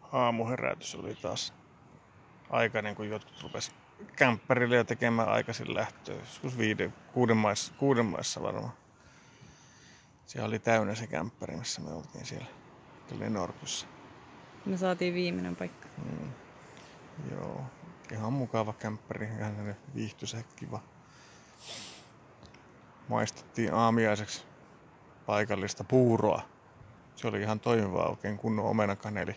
aamuherätys oli taas aikainen, kun jotkut rupes kämppärille ja tekemään aikaisin lähtöä. Joskus 6 maissa varmaan. Siellä oli täynnä se kämppäri, missä me oltiin siellä Glenorgyssä. Me saatiin viimeinen paikka. Joo, ihan mukava kämppäri, ihan viihtyisä, kiva. Maistettiin aamiaiseksi paikallista puuroa. Se oli ihan toimivaa, oikein kunnon omenakaneli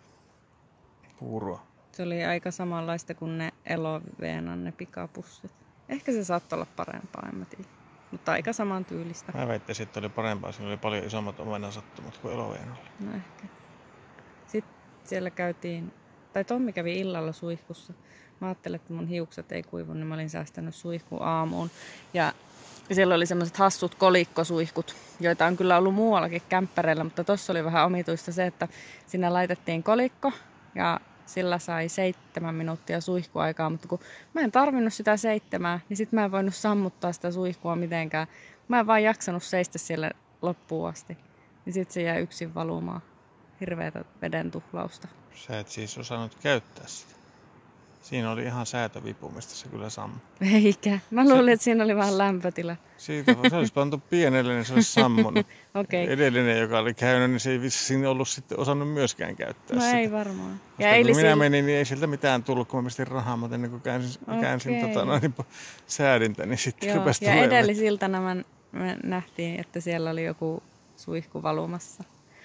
puuroa. Se oli aika samanlaista kuin ne Eloveenan ne pikapussit. Ehkä se saattoi olla parempaa, en mä tiedä. Mutta aika saman tyylistä. Mä väittäisin, että oli parempaa. Siinä oli paljon isommat omenasattumat kuin Eloveenalla. No ehkä. Sitten siellä käytiin, tai Tommi kävi illalla suihkussa. Mä ajattelin, että mun hiukset ei kuivu, niin mä olin säästänyt suihkuun aamuun. Ja siellä oli semmoiset hassut kolikkosuihkut, joita on kyllä ollut muuallakin kämppäreillä, mutta tossa oli vähän omituista se, että siinä laitettiin kolikko ja sillä sai 7 minuuttia suihkuaikaa, mutta kun mä en tarvinnut sitä 7, niin sit mä en voinut sammuttaa sitä suihkua mitenkään. Mä en vaan jaksanut seistä siellä loppuun asti, niin sit se jäi yksin valumaan. Hirveätä veden tuhlausta. Sä et siis osannut käyttää sitä. Siinä oli ihan säätövipumista se kyllä sammui. Eikä. Mä luulin, että siinä oli vähän lämpötila. Siitä se olisi pantu pienelle, niin se olisi sammunut. Okay. Edellinen, joka oli käynyt, niin se ei vissiin ollut sitten osannut myöskään käyttää no sitä. ei varmaan. Ja kun minä menin, niin ei siltä mitään tullut, kun mä pistin rahaa, mutta ennen kuin käänsin säädintä, niin sitten rupesi tulemaan. Ja edellisiltana me nähtiin, että siellä oli joku suihku valumassa.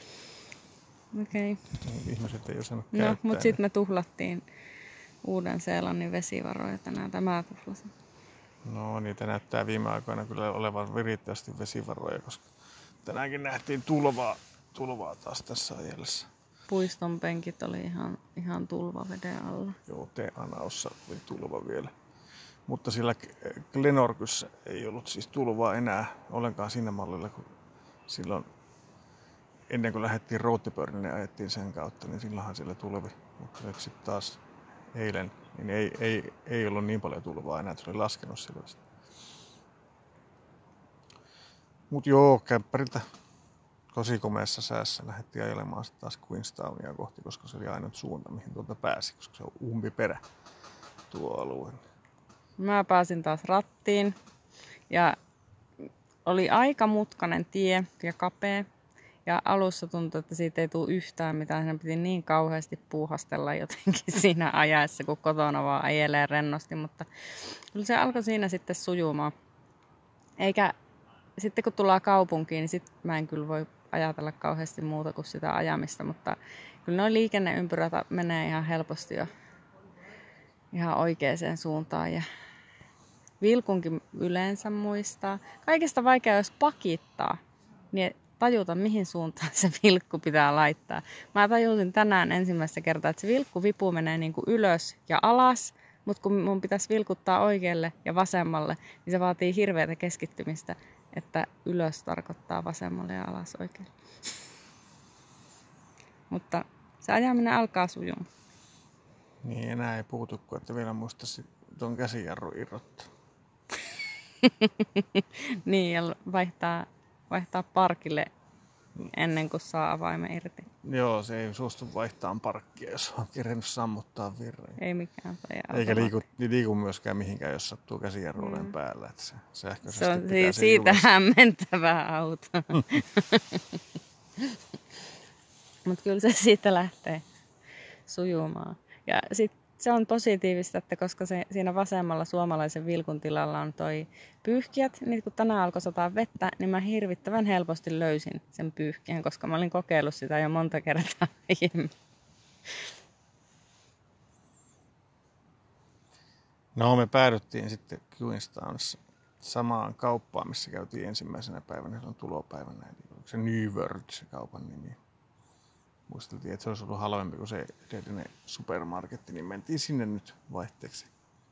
Okei. Okay. Ihmiset ei osannut käyttää. No, mutta sitten me tuhlattiin Uuden-Seelannin vesivaroja tänään. Tämä tuhlasin. No, niitä näyttää viime aikoina kyllä olevan virittävästi vesivaroja, koska tänäänkin nähtiin tulvaa taas tässä ajellessa. Puiston penkit oli ihan tulvaveden alla. Joo, Te-Anaussa oli tulva vielä. Mutta sillä Glenorgyssä ei ollut siis tulvaa enää ollenkaan siinä mallilla, kun silloin ennen kuin lähdettiin Rootipörnille niin ajettiin sen kautta, niin silloinhan siellä tulvi. Mutta nyt sitten taas eilen niin ei ollut niin paljon tulvaa enää, se oli laskenut silloin. Mut joo, kämppäriltä tosi komeassa säässä lähdettiin ajelemaan taas Queenstownia kohti, koska se oli ainut suunta, mihin tuolta pääsi, koska se on umpiperä tuo alue. Mä pääsin taas rattiin ja oli aika mutkainen tie ja kapea. Ja alussa tuntui, että siitä ei tule yhtään mitään. Siinä piti niin kauheasti puuhastella jotenkin siinä ajaessa, kun kotona vaan ajelee rennosti. Mutta kyllä se alkoi siinä sitten sujumaan. Eikä sitten kun tullaan kaupunkiin, niin sitten mä en kyllä voi ajatella kauheasti muuta kuin sitä ajamista. Mutta kyllä nuo liikenneympyrät menee ihan helposti jo ihan oikeaan suuntaan. Ja vilkunkin yleensä muistaa. Kaikesta vaikea jos pakittaa, niin tajuta, mihin suuntaan se vilkku pitää laittaa. Mä tajusin tänään ensimmäistä kertaa, että se vilkkuvipu menee niin kuin ylös ja alas, mutta kun mun pitäisi vilkuttaa oikealle ja vasemmalle, niin se vaatii hirveätä keskittymistä, että ylös tarkoittaa vasemmalle ja alas oikealle. Mutta se ajaminen alkaa sujumaan. Niin, enää ei puutu, kun että vielä muistaisi tuon käsijarru irrottaa. Niin, ja vaihtaa parkille ennen kuin saa avaimen irti. Joo, se ei suostu vaihtamaan parkkia, jos on kerennyt sammuttaa virran. Ei mikään. Eikä liiku myöskään mihinkään, jos sattuu käsijarruuden päällä. Että se on siitä hämmentävä auto. Mutta kyllä se siitä lähtee sujumaan. Ja sitten se on positiivista, että koska siinä vasemmalla suomalaisen vilkun tilalla on toi pyyhkijät, niin kun tänään alkoi sataa vettä, niin mä hirvittävän helposti löysin sen pyyhkijän, koska mä olin kokeillut sitä jo monta kertaa aiemmin. No, me päädyttiin sitten Queenstownissa samaan kauppaan, missä käytiin ensimmäisenä päivänä, se on tulopäivänä. Eli se New World, se kaupan nimi. Muisteltiin, että se olisi ollut halvempi kuin se edellinen supermarketti, niin mentiin sinne nyt vaihteeksi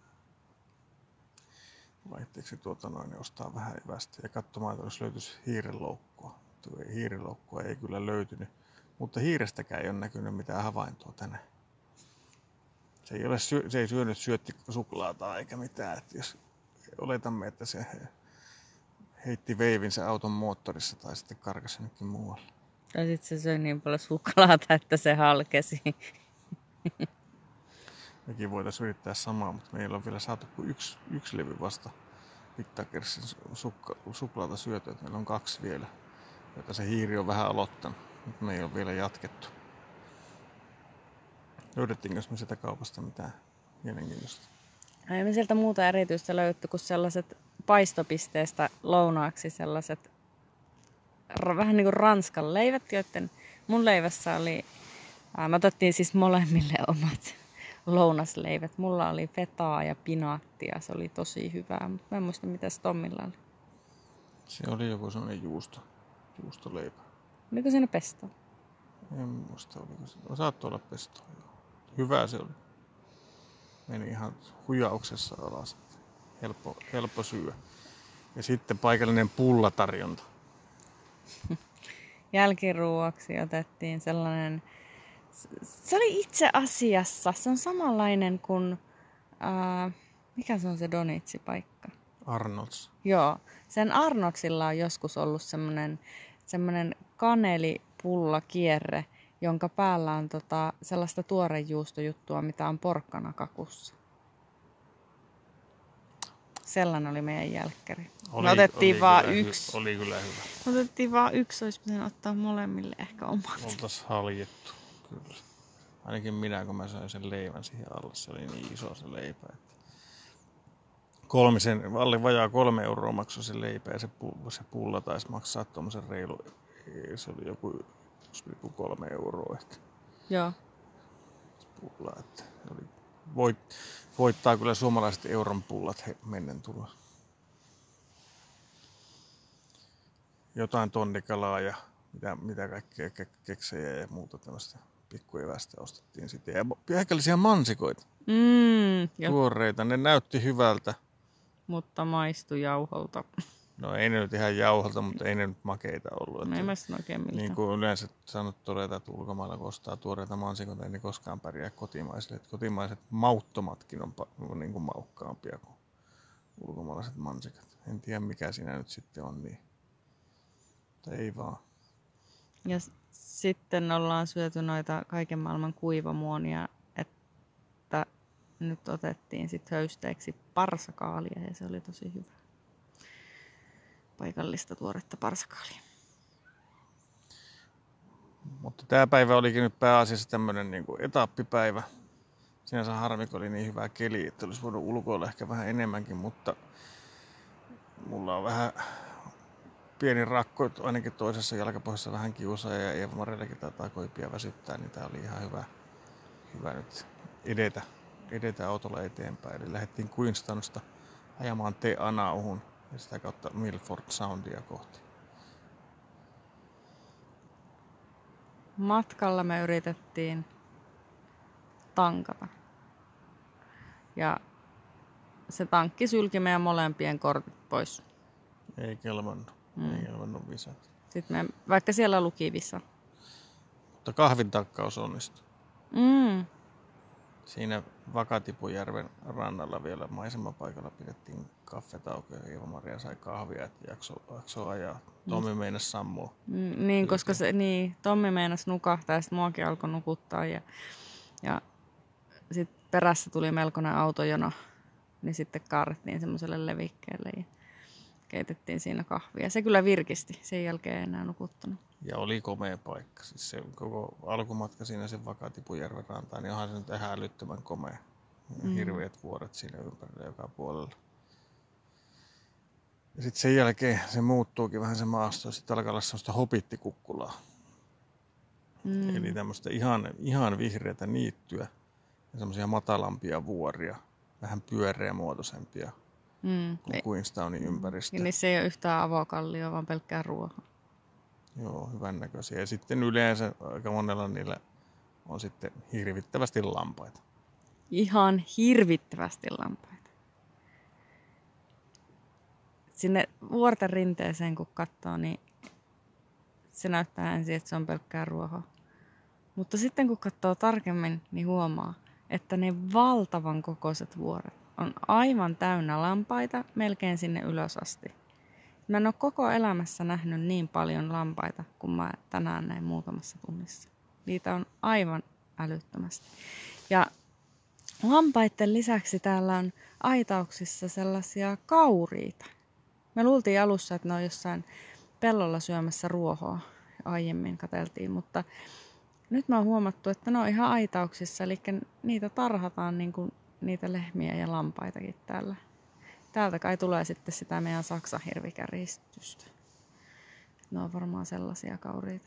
ostaa vähän evästä ja katsomaan, että jos löytyisi hiirenloukkua. Hiirenloukkua ei kyllä löytynyt, mutta hiirestäkään ei ole näkynyt mitään havaintoa tänään. Se ei syönyt syöttisuklaata eikä mitään, että jos oletamme, että se heitti veivinsä auton moottorissa tai sitten karkasi jonnekin muualle. Tai sitten se söi niin paljon suklaata, että se halkesi. Mekin voitaisiin yrittää samaa, mutta meillä on vielä saatu kuin yksi levy vasta Pittakersin suklaata syötyä. Meillä on 2 vielä, joita se hiiri on vähän aloittanut, mutta me ei ole vielä jatkettu. Löydettiinkö me sitä kaupasta mitään mielenkiintoista? Ei me sieltä muuta erityistä löytty kuin sellaiset paistopisteestä lounaaksi sellaiset vähän niin kuin Ranskan leivät, joiden mun leivässä oli, me otettiin siis molemmille omat lounasleivät. Mulla oli fetaa ja pinaattia, se oli tosi hyvää, mutta mä en muista mitä Tommilla oli. Se oli joku sellainen juustoleipä. Oliko siinä pesto? En muista, oliko se. Saattoi olla pestoa. Hyvää se oli. Meni ihan hujauksessa alas. Helppo syödä. Ja sitten paikallinen pullatarjonta. Jälkiruuaksi otettiin sellainen, se oli itse asiassa, se on samanlainen kuin, mikä se on se Donitsi-paikka? Arnolds. Joo, sen Arnoldsilla on joskus ollut semmoinen kanelipullakierre, jonka päällä on sellaista tuorejuustojuttua, mitä on porkkanakakussa. Sellainen oli meidän jälkkäri. Me otettiin vaan yksi. Oli kyllä hyvä. Otettiin vaan yksi, olisi pitänyt ottaa molemmille ehkä omat. Oltais haljettu, kyllä. Ainakin minä, kun mä sain sen leivän siihen alle, se oli niin iso se leipä. Että alle vajaa 3 euroa maksoi se leipä ja se pulla taisi maksaa tuommoisen reilu. Se oli joku 1,3 euroa ehkä. Joo. Pulla, että voittaa kyllä suomalaiset euron pullat mennen tulla. Jotain tonnikalaa ja mitä kaikkea keksejä ja muuta tämmöistä pikkuevästä ostettiin sitten. Ja pähkällisiä mansikoita. Tuoreita, ne näytti hyvältä. Mutta maistui jauholta. No ei ne nyt ihan jauholta, mutta ei ne nyt makeita ollut. No ei mä sitä oikein mitään. Niin kuin yleensä sanot todeta, että ulkomailla kun ostaa tuoreita mansikoita, ei ne koskaan pärjää kotimaisille. Että kotimaiset mauttomatkin on niin kuin maukkaampia kuin ulkomaalaiset mansikat. En tiedä mikä siinä nyt sitten on niin. Mutta ei vaan. Ja sitten ollaan syöty noita kaiken maailman kuivamuonia, että nyt otettiin sitten höysteeksi parsakaalia ja se oli tosi hyvä. Paikallista tuoretta parsakaalia. Mutta tämä päivä olikin nyt pääasiassa tämmöinen niin kuin etappipäivä. Sinänsä harmi, kun oli niin hyvä keli, että olisi voinut ulkoilla ehkä vähän enemmänkin, mutta mulla on vähän pieni rakko, ainakin toisessa jalkapohjassa vähän kiusaa ja Eeva-Mariallakin taitaa koipia väsyttää, niin tää oli ihan hyvä nyt edetä autolla eteenpäin. Eli lähdettiin Queenstownista ajamaan Te Anauhun ja sitä kautta Milford Soundia kohti. Matkalla me yritettiin tankata. Ja se tankki sylki meidän molempien kortit pois. Ei kelvannut. Ei kelvannut visat. Sitten vaikka siellä luki visa. Mutta kahvin takkaus onnistui. Mm. Siinä Vakatipujärven rannalla vielä maisemapaikalla pidettiin kaffetauko ja Eeva-Maria sai kahvia, että jakso ajaa. Tommi meinasi sammua. Niin, koska Tommi meinasi nukahtaa ja sitten muakin alkoi nukuttaa. Ja sitten perässä tuli melkoinen autojono, niin sitten kaarrettiin semmoiselle levikkeelle ja keitettiin siinä kahvia. Se kyllä virkisti, sen jälkeen ei enää nukuttanut. Ja oli komea paikka. Siis se koko alkumatka siinä sen Vakatipujärven rantaan, niin onhan se nyt ihan älyttömän komea. Hirveät vuoret siinä ympärillä joka puolella. Ja sitten sen jälkeen se muuttuukin vähän se maasto. Sitten alkaa olla semmoista hobittikukkulaa. Eli tämmöistä ihan vihreätä niittyä ja semmoisia matalampia vuoria. Vähän pyöreämuotoisempia kuin Queenstownin ympäristö. Ja niissä ei ole yhtään avokallioa, vaan pelkkää ruohoa. Joo, hyvän näköisiä. Ja sitten yleensä aika monella niillä on sitten hirvittävästi lampaita. Ihan hirvittävästi lampaita. Sinne vuorten rinteeseen kun katsoo, niin se näyttää ensin, että se on pelkkää ruohoa. Mutta sitten kun katsoo tarkemmin, niin huomaa, että ne valtavan kokoiset vuoret on aivan täynnä lampaita melkein sinne ylös asti. Mä en ole koko elämässä nähnyt niin paljon lampaita, kuin mä tänään näin muutamassa tunnissa. Niitä on aivan älyttömästi. Ja lampaiden lisäksi täällä on aitauksissa sellaisia kauriita. Me luultiin alussa, että ne on jossain pellolla syömässä ruohoa. Aiemmin katseltiin, mutta nyt mä oon huomattu, että ne on ihan aitauksissa. Eli niitä tarhataan niin kuin niitä lehmiä ja lampaitakin täällä. Täältä kai tulee sitten sitä meidän Saksan hirvikäristystä. Ne on varmaan sellaisia kauriita.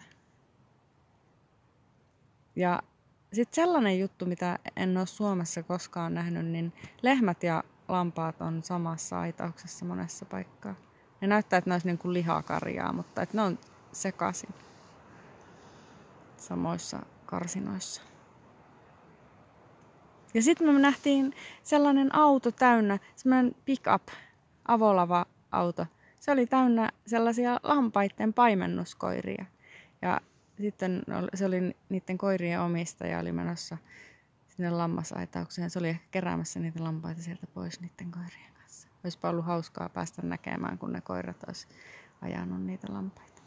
Ja sitten sellainen juttu, mitä en ole Suomessa koskaan nähnyt, niin lehmät ja lampaat on samassa aitauksessa monessa paikkaa. Ne näyttää, että ne olisi niin kuin lihakarjaa, mutta että ne on sekaisin samoissa karsinoissa. Ja sitten me nähtiin sellainen auto täynnä, semmoinen pick-up, avolava-auto. Se oli täynnä sellaisia lampaiden paimennuskoiria. Ja sitten se oli niiden koirien omistaja, oli menossa sinne lammasaitaukseen. Se oli ehkä keräämässä niitä lampaita sieltä pois niiden koirien kanssa. Olisipa ollut hauskaa päästä näkemään, kun ne koirat olisi ajanut niitä lampaita.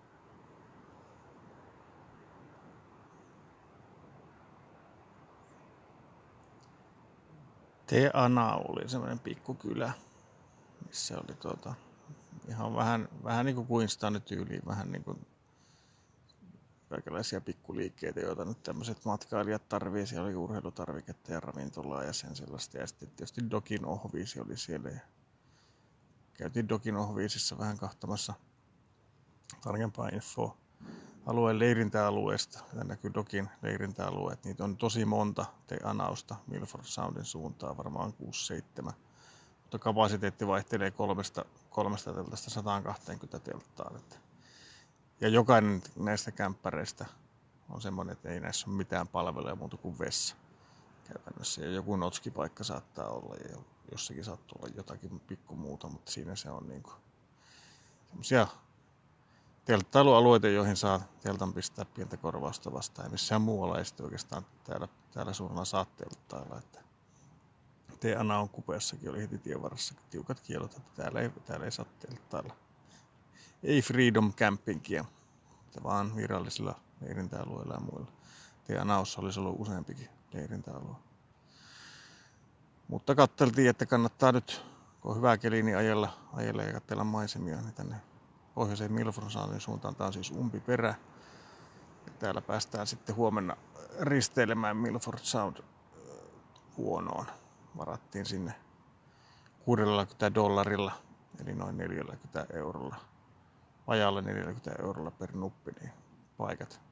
Te Ana oli semmoinen pikkukylä, missä oli ihan vähän niin kuin Queenstown tyyliin, vähän niin kuin kaikenlaisia pikkuliikkeitä, joita nyt tämmöiset matkailijat tarvii. Siellä oli urheilutarviketta ja ravintolaa ja sen sellaista. Ja sitten tietysti Dokin ohviisi oli siellä. Ja käytiin Dokin ohviisissa vähän kahtamassa tarkempaa infoa alueen leirintäalueesta. Tämä näkyy Dokin leirintäalueet. Niitä on tosi monta Te Anausta Milford Soundin suuntaan, varmaan 6-7. Mutta kapasiteetti vaihtelee 3 teltasta 120 telttaan. Ja jokainen näistä kämppäreistä on semmoinen, että ei näissä ole mitään palveluja muuta kuin vessa käytännössä. Ja joku notskipaikka saattaa olla ja jossakin saattaa olla jotakin pikku muuta, mutta siinä se on niinku semmoisia telttailualueita, joihin saa teltan pistää pientä korvausta vastaan. Ja missään muualla ei sitten oikeastaan täällä suunnalla saa telttailla. Että Te Ana on kupeassakin oli heti tien varressa tiukat kielot, että täällä ei saa telttailla. Ei freedom campingia, vaan virallisilla leirintäalueilla ja muilla. Te Anaussa olisi ollut useampikin leirintäalue. Mutta katseltiin, että kannattaa nyt, kun on hyvä keli, niin ajella ja katsella maisemia niin tänne pohjoiseen Milford Soundin suuntaan. Tämä on siis umpiperä. Ja täällä päästään sitten huomenna risteilemään Milford Sound huonoon. Varattiin sinne $60, eli noin 40 eurolla. Vajaalla 40 eurolla per nuppi, niin paikat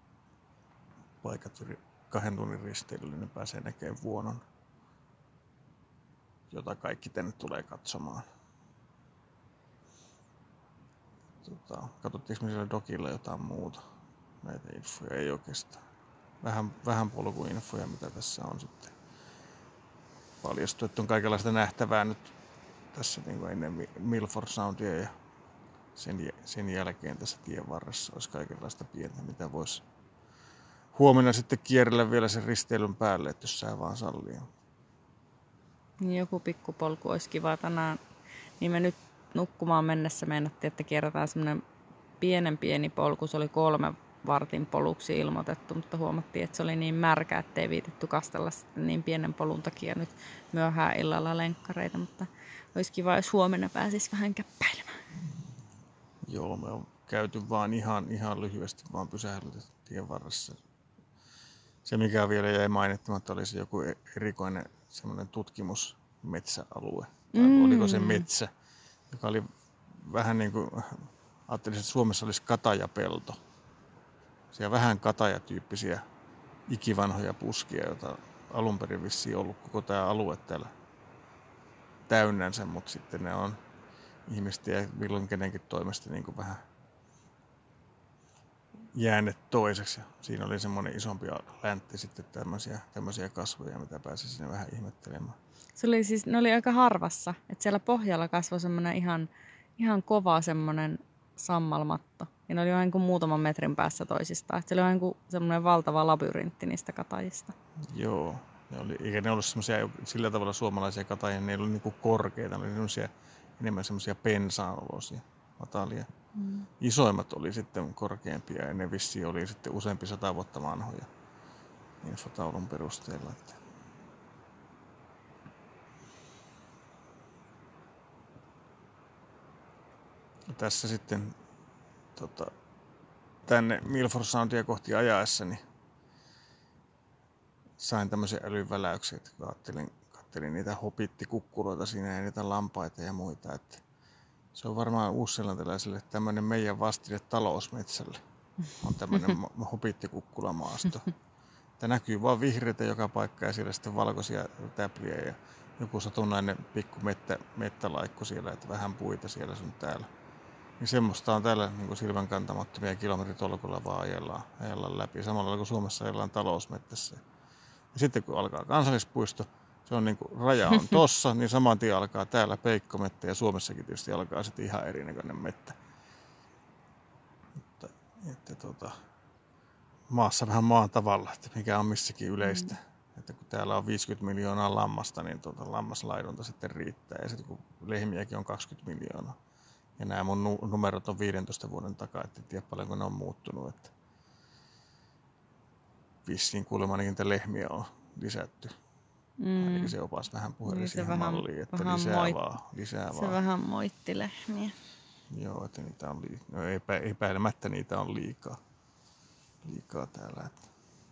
2 tunnin risteilyllä, niin pääsee näkemään vuonon, jota kaikki tänne tulee katsomaan. Katsottiinko me siellä Dokilla jotain muuta? Näitä infoja ei oikeastaan. Vähän polkuinfoja, mitä tässä on sitten paljastu, että on kaikenlaista nähtävää nyt tässä niin kuin ennen Milford Soundia ja sen jälkeen tässä tien varressa olisi kaikenlaista pientä, mitä voisi huomenna sitten kierrellä vielä sen risteilyn päälle, että jos sää vaan sallii. Niin joku pikkupolku olisi kiva tänään. Niin me nyt nukkumaan mennessä meinattiin, että kierretään semmoinen pieni polku. Se oli 3 vartin poluksi ilmoitettu, mutta huomattiin, että se oli niin märkä, ettei viitetty kastella sitten niin pienen polun takia nyt myöhään illalla lenkkareita. Mutta olisi kiva, jos huomenna pääsisi vähän käppäilemään. Joo, me on käyty vaan ihan lyhyesti vaan pysähdytetty tien varressa. Se mikä vielä jäi mainittamatta oli se joku erikoinen semmoinen tutkimusmetsäalue. Oliko se metsä, joka oli vähän niin kuin, ajattelisin, että Suomessa olisi katajapelto. Siellä vähän katajatyyppisiä ikivanhoja puskia, joita alun perin vissiin ollut koko tämä alue täällä täynnänsä, mutta sitten ne on ihmisten ja milloin kenenkin toimesta niin kuin vähän jääneet toiseksi. Siinä oli semmoinen isompi läntti sitten tämmöisiä kasvoja, mitä pääsi sinne vähän ihmettelemään. Ne oli aika harvassa, että siellä pohjalla kasvoi semmoinen ihan kova semmoinen sammalmatto. Ja ne oli vain kuin muutaman metrin päässä toisistaan. Että se oli vain kuin semmoinen valtava labyrintti niistä katajista. Joo, eikä ne ollut semmoisia sillä tavalla suomalaisia katajia, ne ei ollut niinku korkeita, ne oli enemmän semmoisia pensaanoloisia, matalia. Isoimmat oli sitten korkeampia ja ne vissiin oli sitten useampi 100 vuotta vanhoja. infotaulun perusteella. Että ja tässä sitten tänne Milford Soundia kohti ajaessa niin sain tämmöisen älyväläyksen, että kattelin niitä hobittikukkuloita siinä ja niitä lampaita ja muita. Että se on varmaan uusseelantilaisille tämmöinen meidän vastine talousmetsälle. On tämmöinen hobittikukkulamaasto. Tämä näkyy vaan vihreitä joka paikka ja siellä sitten valkoisia täpliä ja joku satunnainen pikku mettälaikku siellä, että vähän puita siellä sun täällä. Niin semmoista on täällä niin silmän kantamattomia kilometritolkulla vaan ajellaan läpi. Samalla kuin Suomessa ajellaan talousmettässä. Ja sitten kun alkaa kansallispuisto, se on niin kuin raja on tossa, niin saman tien alkaa täällä peikkomettä ja Suomessakin tietysti alkaa sitten ihan erinäköinen mettä. Että maassa vähän maan tavalla, että mikä on missäkin yleistä. Että kun täällä on 50 miljoonaa lammasta, niin lammaslaidunta sitten riittää. Ja sitten kun lehmiäkin on 20 miljoonaa. Ja nämä mun numerot on 15 vuoden takaa, et en tiedä paljonko ne on muuttunut. Että vissiin kuulemma niitä lehmiä on lisätty. Ainakin se opas vähän puheli niin siihen malliin, että lisää vaan. Se vähän moitti lehmiä. Joo, että niitä on no epäilemättä niitä on liikaa täällä. Että.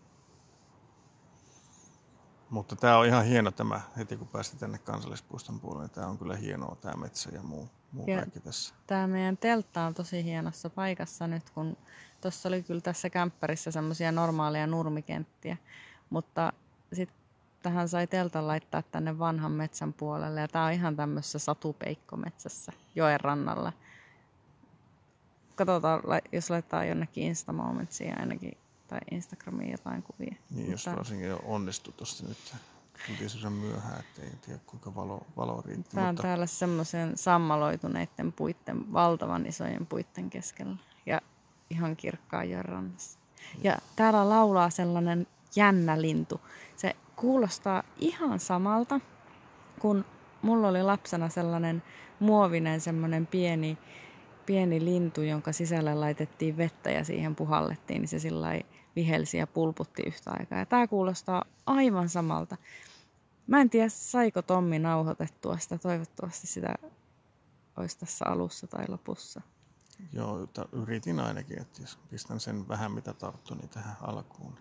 Mutta tää on ihan hieno tämä, heti kun päästiin tänne kansallispuiston puolelle, tää on kyllä hienoa tää metsä ja muu kaikki tässä. Tää meidän teltta on tosi hienossa paikassa nyt, kun tuossa oli kyllä tässä kämppärissä semmoisia normaaleja nurmikenttiä, mutta sitten tähän sai teltan laittaa tänne vanhan metsän puolelle ja tää on ihan tämmöisessä satupeikkometsässä joen rannalla. Katsotaan, jos laittaa jonnekin Insta-momentsia ainakin tai Instagramiin jotain kuvia. Niin, jos varsinkin onnistuu tuosta nyt. Tultiin sen myöhään, ettei tiedä kuinka valo riitti. Tää on täällä semmoisen sammaloituneiden puitten, valtavan isojen puitten keskellä ja ihan kirkkaan joen rannassa. Ja täällä laulaa sellainen jännä lintu. Se kuulostaa ihan samalta, kun mulla oli lapsena sellainen muovinen semmoinen pieni lintu, jonka sisälle laitettiin vettä ja siihen puhallettiin, niin se sillai vihelsi ja pulputti yhtä aikaa. Ja tää kuulostaa aivan samalta. Mä en tiedä, saiko Tommi nauhoitettua sitä. Toivottavasti sitä olisi tässä alussa tai lopussa. Joo, yritin ainakin, että jos pistän sen vähän mitä tarttui niin tähän alkuun.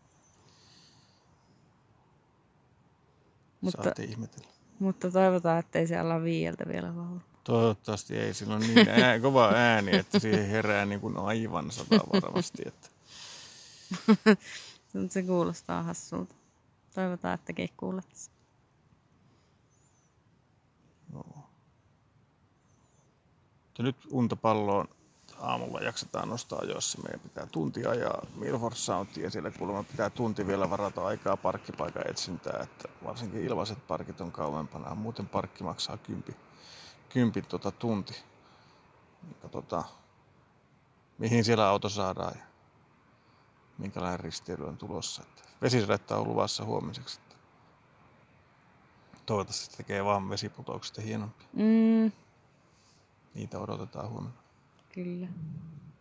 Saatte ihmetellä. Mutta toivotaan, ettei se ala 5 vielä laulu. Toivottavasti ei. Sillä on niin kova ääni, että siihen herää niin kuin aivan 100 varmasti. Että. Se kuulostaa hassulta. Toivotaan, että tekin kuulette sen. Joo. Ja nyt untapalloon aamulla jaksetaan nostaa ajoissa. Meidän pitää tunti ajaa Milford Soundia ja siellä kuulemma pitää tunti vielä varata aikaa parkkipaikan etsintää. Että varsinkin ilmaiset parkit on kauempana. Muuten parkki maksaa 10 tunti. Katsotaan, mihin siellä auto saadaan ja minkälainen risteily on tulossa. Vesisadetta on luvassa huomiseksi. Toivottavasti se tekee vaan vesiputouksesta hienompia. Niitä odotetaan huomenna. Kyllä.